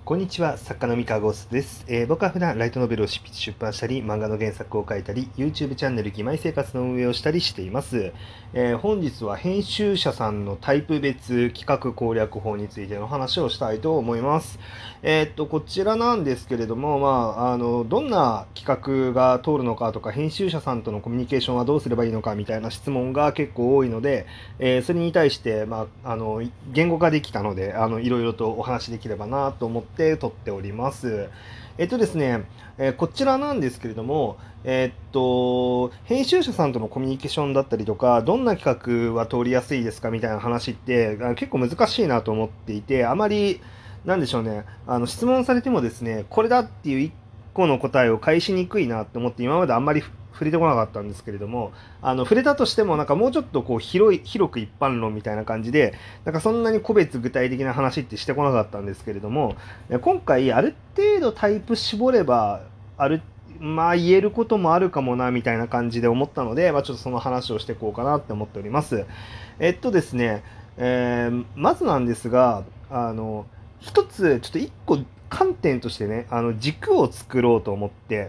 こんにちは、作家の三河ゴーストです。僕は普段ライトノベルを執筆出版したり、漫画の原作を書いたり、YouTube チャンネル義妹生活の運営をしたりしています。本日は編集者さんのタイプ別企画攻略法についての話をしたいと思います。こちらなんですけれども、どんな企画が通るのかとか、編集者さんとのコミュニケーションはどうすればいいのかみたいな質問が結構多いので、それに対して、言語化できたので、いろいろとお話できればなと思って撮っております。ですね、こちらなんですけれども、編集者さんとのコミュニケーションだったりとか、どんな企画は通りやすいですかみたいな話って結構難しいなと思っていて、あまり、なんでしょうね、質問されてもですね、これだっていう一個の答えを返しにくいなと思って、今まであんまり触れてこなかったんですけれども、触れたとしても、なんかもうちょっとこう広く一般論みたいな感じで、なんかそんなに個別具体的な話ってしてこなかったんですけれども、今回ある程度タイプ絞れば、言えることもあるかもな、みたいな感じで思ったので、ちょっとその話をしていこうかなって思っております。ですね、まずなんですが、一つ、ちょっと一個観点としてね、軸を作ろうと思って、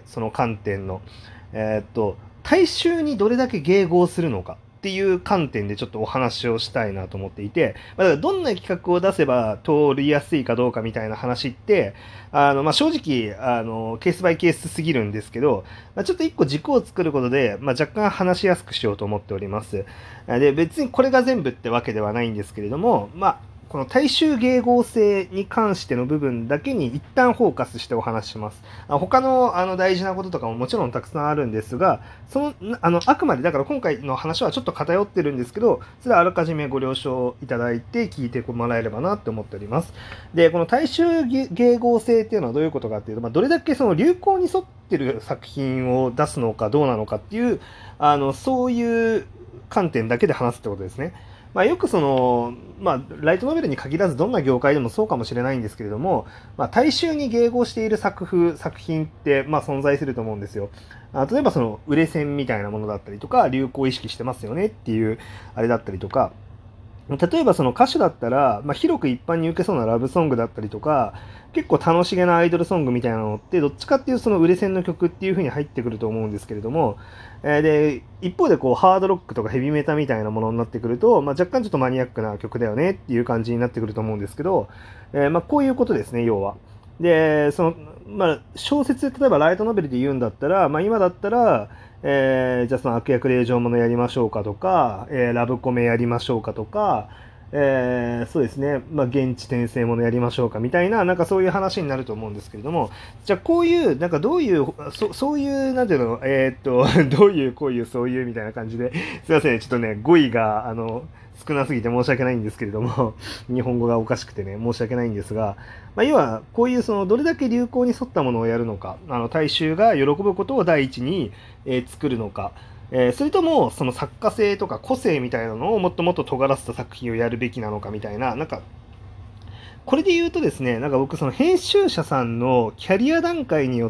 その観点の。大衆にどれだけ迎合するのかっていう観点でちょっとお話をしたいなと思っていて、だからどんな企画を出せば通りやすいかどうかみたいな話って、正直、ケースバイケースすぎるんですけど、ちょっと一個軸を作ることで、若干話しやすくしようと思っております。で、別にこれが全部ってわけではないんですけれども、この大衆迎合性に関しての部分だけに一旦フォーカスしてお話しします。他の大事なこととかももちろんたくさんあるんですが、あくまでだから今回の話はちょっと偏ってるんですけど、それはあらかじめご了承いただいて聞いてもらえればなって思っております。で、この大衆迎合性っていうのはどういうことかっていうと、どれだけその流行に沿ってる作品を出すのかどうなのかっていう、そういう観点だけで話すってことですね。よくライトノベルに限らずどんな業界でもそうかもしれないんですけれども、大衆に迎合している作品って、存在すると思うんですよ。例えばその売れ線みたいなものだったりとか、流行を意識してますよねっていうあれだったりとか、例えばその歌手だったら、広く一般に受けそうなラブソングだったりとか、結構楽しげなアイドルソングみたいなのって、どっちかっていうその売れ線の曲っていう風に入ってくると思うんですけれども、で、一方でこうハードロックとかヘビメタみたいなものになってくると、若干ちょっとマニアックな曲だよねっていう感じになってくると思うんですけど、こういうことですね、要は。で、小説で例えばライトノベルで言うんだったら、今だったら、じゃあその悪役令状ものやりましょうかとか、ラブコメやりましょうかとか、そうですね、現地転生ものやりましょうかみたいな、なんかそういう話になると思うんですけれども、じゃあこういう、なんかどういう、そういう、なんていうの、どういう、こういう、そういうみたいな感じで、すいません、ちょっとね、語彙が、少なすぎて申し訳ないんですけれども、日本語がおかしくてね、申し訳ないんですが、要は、こういうその、どれだけ流行に沿ったものをやるのか、大衆が喜ぶことを第一に、作るのか、それとも、その作家性とか個性みたいなのをもっともっと尖らせた作品をやるべきなのかみたいな、なんか、これで言うとですね、なんか僕、その編集者さんのキャリア段階によって、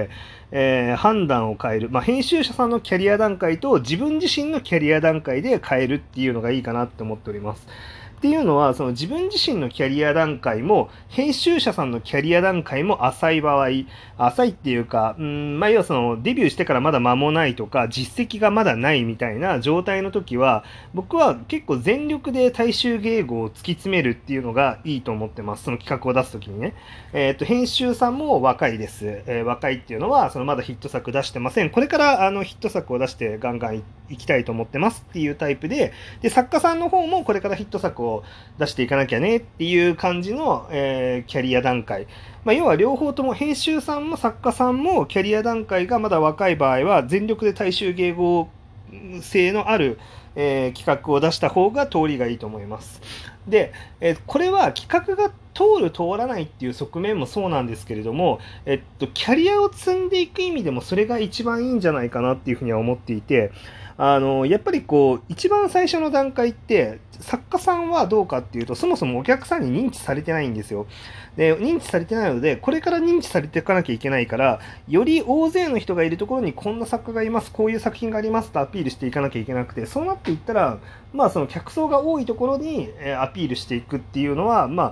判断を変える。編集者さんのキャリア段階と自分自身のキャリア段階で変えるっていうのがいいかなって思っております。っていうのは、その自分自身のキャリア段階も、編集者さんのキャリア段階も浅い場合、浅いっていうか、要はそのデビューしてからまだ間もないとか、実績がまだないみたいな状態の時は、僕は結構全力で大衆迎合を突き詰めるっていうのがいいと思ってます。その企画を出す時にね。編集さんも若いです。若いっていうのは、そのまだヒット作出してません。これからヒット作を出してガンガンいきたいと思ってますっていうタイプで、作家さんの方もこれからヒット作を出していかなきゃねっていう感じの、キャリア段階。要は両方とも編集さんも作家さんもキャリア段階がまだ若い場合は全力で大衆迎合性のある、企画を出した方が通りがいいと思います。で、これは企画が通る通らないっていう側面もそうなんですけれども、キャリアを積んでいく意味でもそれが一番いいんじゃないかなっていうふうには思っていて、やっぱりこう一番最初の段階って作家さんはどうかっていうと、そもそもお客さんに認知されてないんですよ。で、認知されてないので、これから認知されていかなきゃいけないから、より大勢の人がいるところにこんな作家がいます、こういう作品がありますとアピールしていかなきゃいけなくて、そうなっていったら、その客層が多いところにアピールしていくっていうのは、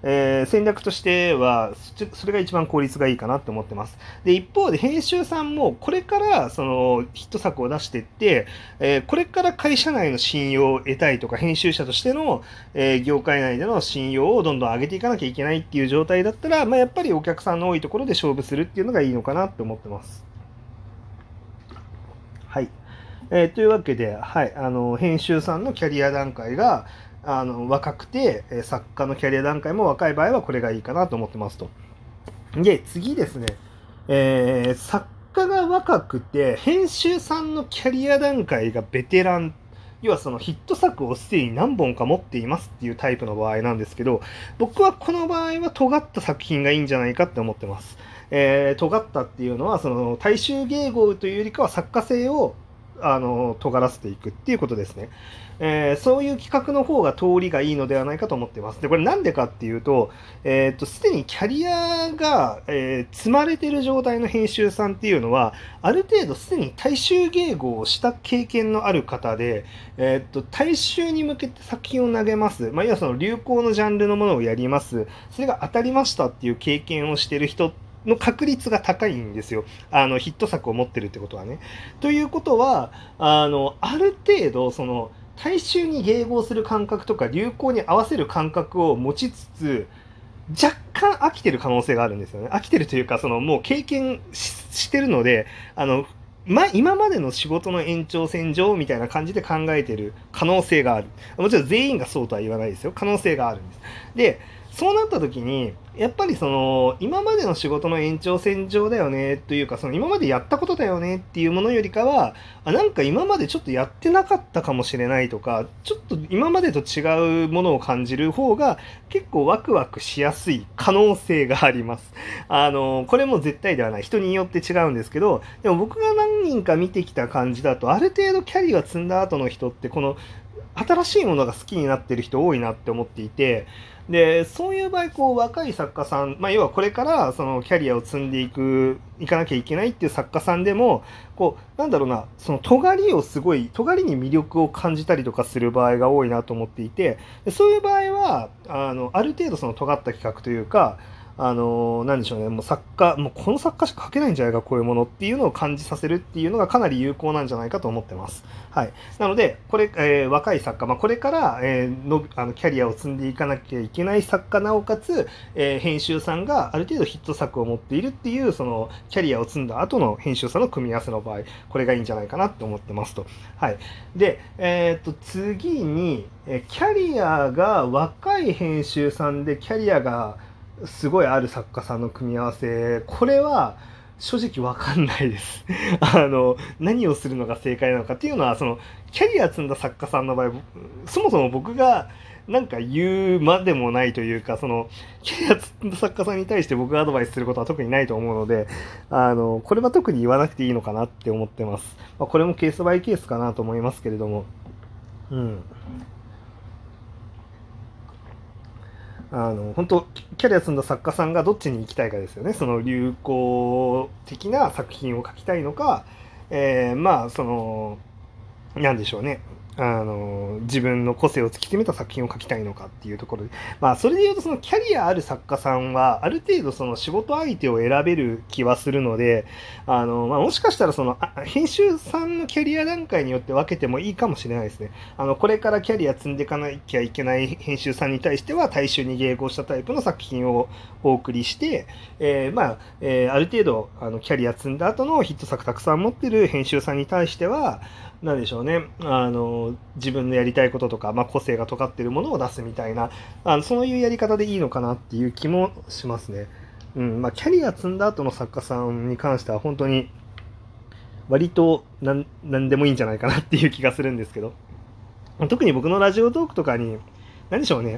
戦略としてはそれが一番効率がいいかなと思ってます。で一方で編集さんもこれからそのヒット作を出していって、これから会社内の信用を得たいとか編集者としての、業界内での信用をどんどん上げていかなきゃいけないっていう状態だったら、やっぱりお客さんの多いところで勝負するっていうのがいいのかなと思ってます。はい。というわけで、はい、編集さんのキャリア段階が若くて、作家のキャリア段階も若い場合はこれがいいかなと思ってますと。で、次ですね、作家が若くて、編集さんのキャリア段階がベテラン、要はそのヒット作をすでに何本か持っていますっていうタイプの場合なんですけど、僕はこの場合は尖った作品がいいんじゃないかって思ってます。尖ったっていうのは、その大衆迎合というよりかは作家性を尖らせていくっていうことですね。そういう企画の方が通りがいいのではないかと思っています。で、これなんでかっていうと、すでにキャリアが、積まれている状態の編集さんっていうのは、ある程度すでに大衆迎合をした経験のある方で、大衆に向けて作品を投げます。要はその流行のジャンルのものをやります。それが当たりましたっていう経験をしている人の確率が高いんですよ。ヒット作を持ってるってことはね。ということは、ある程度、その、大衆に迎合する感覚とか流行に合わせる感覚を持ちつつ、若干飽きてる可能性があるんですよね。飽きてるというか、そのもう経験してるので、今までの仕事の延長線上みたいな感じで考えてる可能性がある。もちろん全員がそうとは言わないですよ。可能性があるんです。で、そうなった時に、やっぱりその、今までの仕事の延長線上だよね、というか、その今までやったことだよねっていうものよりかは、なんか今までちょっとやってなかったかもしれないとか、ちょっと今までと違うものを感じる方が結構ワクワクしやすい可能性があります。これも絶対ではない。人によって違うんですけど、でも僕が何人か見てきた感じだと、ある程度キャリア積んだ後の人って、この新しいものが好きになってる人多いなって思っていて、でそういう場合こう若い作家さん、要はこれからそのキャリアを積んでいかなきゃいけないっていう作家さんでもこうなんだろうな、その尖りに魅力を感じたりとかする場合が多いなと思っていて、そういう場合はある程度その尖った企画というか、なんでしょうね、もうこの作家しか書けないんじゃないか、こういうものっていうのを感じさせるっていうのがかなり有効なんじゃないかと思ってます。はい。なので、これ、若い作家、これから、キャリアを積んでいかなきゃいけない作家、なおかつ、編集さんがある程度ヒット作を持っているっていう、その、キャリアを積んだ後の編集さんの組み合わせの場合、これがいいんじゃないかなと思ってますと。はい。で、次に、キャリアが若い編集さんで、キャリアがすごいある作家さんの組み合わせ、これは正直わかんないです。何をするのが正解なのかっていうのは、その、キャリア積んだ作家さんの場合、そもそも僕がなんか言うまでもないというか、その、キャリア積んだ作家さんに対して僕がアドバイスすることは特にないと思うので、これは特に言わなくていいのかなって思ってます。これもケースバイケースかなと思いますけれども、うん。本当キャリア積んだ作家さんがどっちに行きたいかですよね。その流行的な作品を書きたいのか、そのなんでしょうね、自分の個性を突き詰めた作品を書きたいのかっていうところで、それで言うとそのキャリアある作家さんはある程度その仕事相手を選べる気はするので、もしかしたらその編集さんのキャリア段階によって分けてもいいかもしれないですね。これからキャリア積んでいかなきゃいけない編集さんに対しては大衆に迎合したタイプの作品をお送りして、ある程度キャリア積んだ後のヒット作たくさん持ってる編集さんに対してはなんでしょうね、自分のやりたいこととか、個性が尖っているものを出すみたいな、そういうやり方でいいのかなっていう気もしますね。キャリア積んだ後の作家さんに関しては本当に割と何でもいいんじゃないかなっていう気がするんですけど、特に僕のラジオトークとかに何でしょうね、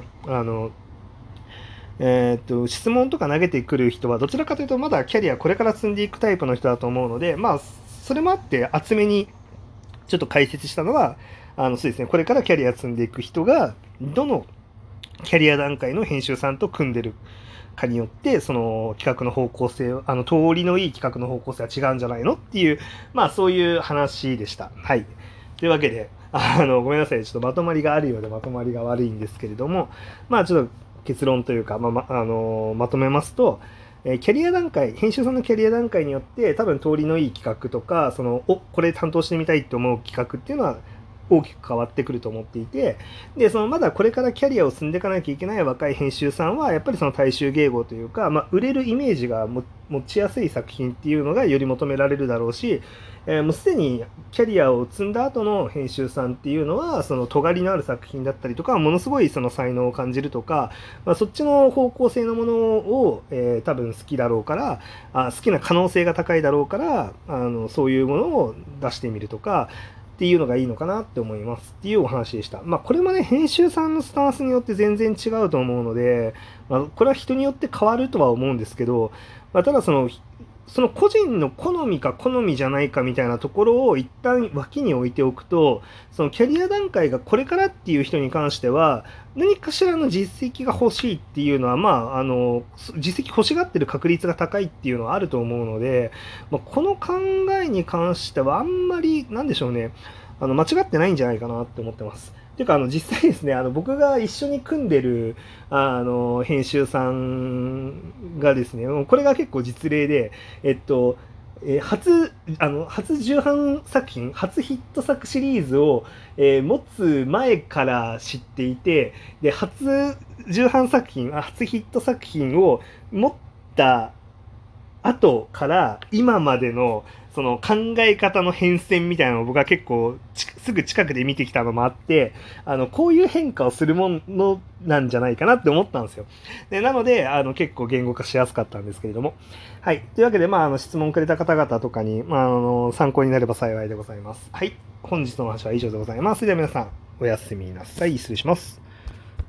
質問とか投げてくる人はどちらかというとまだキャリアこれから積んでいくタイプの人だと思うので、それもあって厚めにちょっと解説したのは、そうですね、これからキャリア積んでいく人が、どのキャリア段階の編集さんと組んでるかによって、その企画の方向性、通りのいい企画の方向性は違うんじゃないのっていう、そういう話でした。はい。というわけで、ごめんなさい。ちょっとまとまりがあるようでまとまりが悪いんですけれども、ちょっと結論というか、まとめますと、キャリア段階、編集さんのキャリア段階によって多分通りのいい企画とか、これ担当してみたいと思う企画っていうのは大きく変わってくると思っていて、で、まだこれからキャリアを積んでいかなきゃいけない若い編集さんは、やっぱりその大衆迎合というか、売れるイメージが持ちやすい作品っていうのがより求められるだろうし、もうすでにキャリアを積んだ後の編集さんっていうのは、その尖りのある作品だったりとか、ものすごいその才能を感じるとか、そっちの方向性のものを、多分好きだろうから、好きな可能性が高いだろうから、そういうものを出してみるとか、っていうのがいいのかなって思いますっていうお話でした。これもね、編集さんのスタンスによって全然違うと思うので、これは人によって変わるとは思うんですけど、ただその個人の好みか好みじゃないかみたいなところを一旦脇に置いておくと、そのキャリア段階がこれからっていう人に関しては、何かしらの実績が欲しいっていうのは、実績欲しがってる確率が高いっていうのはあると思うので、この考えに関してはあんまり、なんでしょうね、間違ってないんじゃないかなって思ってます。っていうか、実際ですね、僕が一緒に組んでる、編集さんがですね、これが結構実例で、初重版作品、初ヒット作シリーズを、持つ前から知っていて、で、初重版作品、初ヒット作品を持った後から今までのその考え方の変遷みたいなのを僕は結構すぐ近くで見てきたのもあって、こういう変化をするものなんじゃないかなって思ったんですよ。でなので結構言語化しやすかったんですけれども。はい。というわけで、質問くれた方々とかに、参考になれば幸いでございます。はい。本日のお話は以上でございます。それでは皆さん、おやすみなさい。失礼します。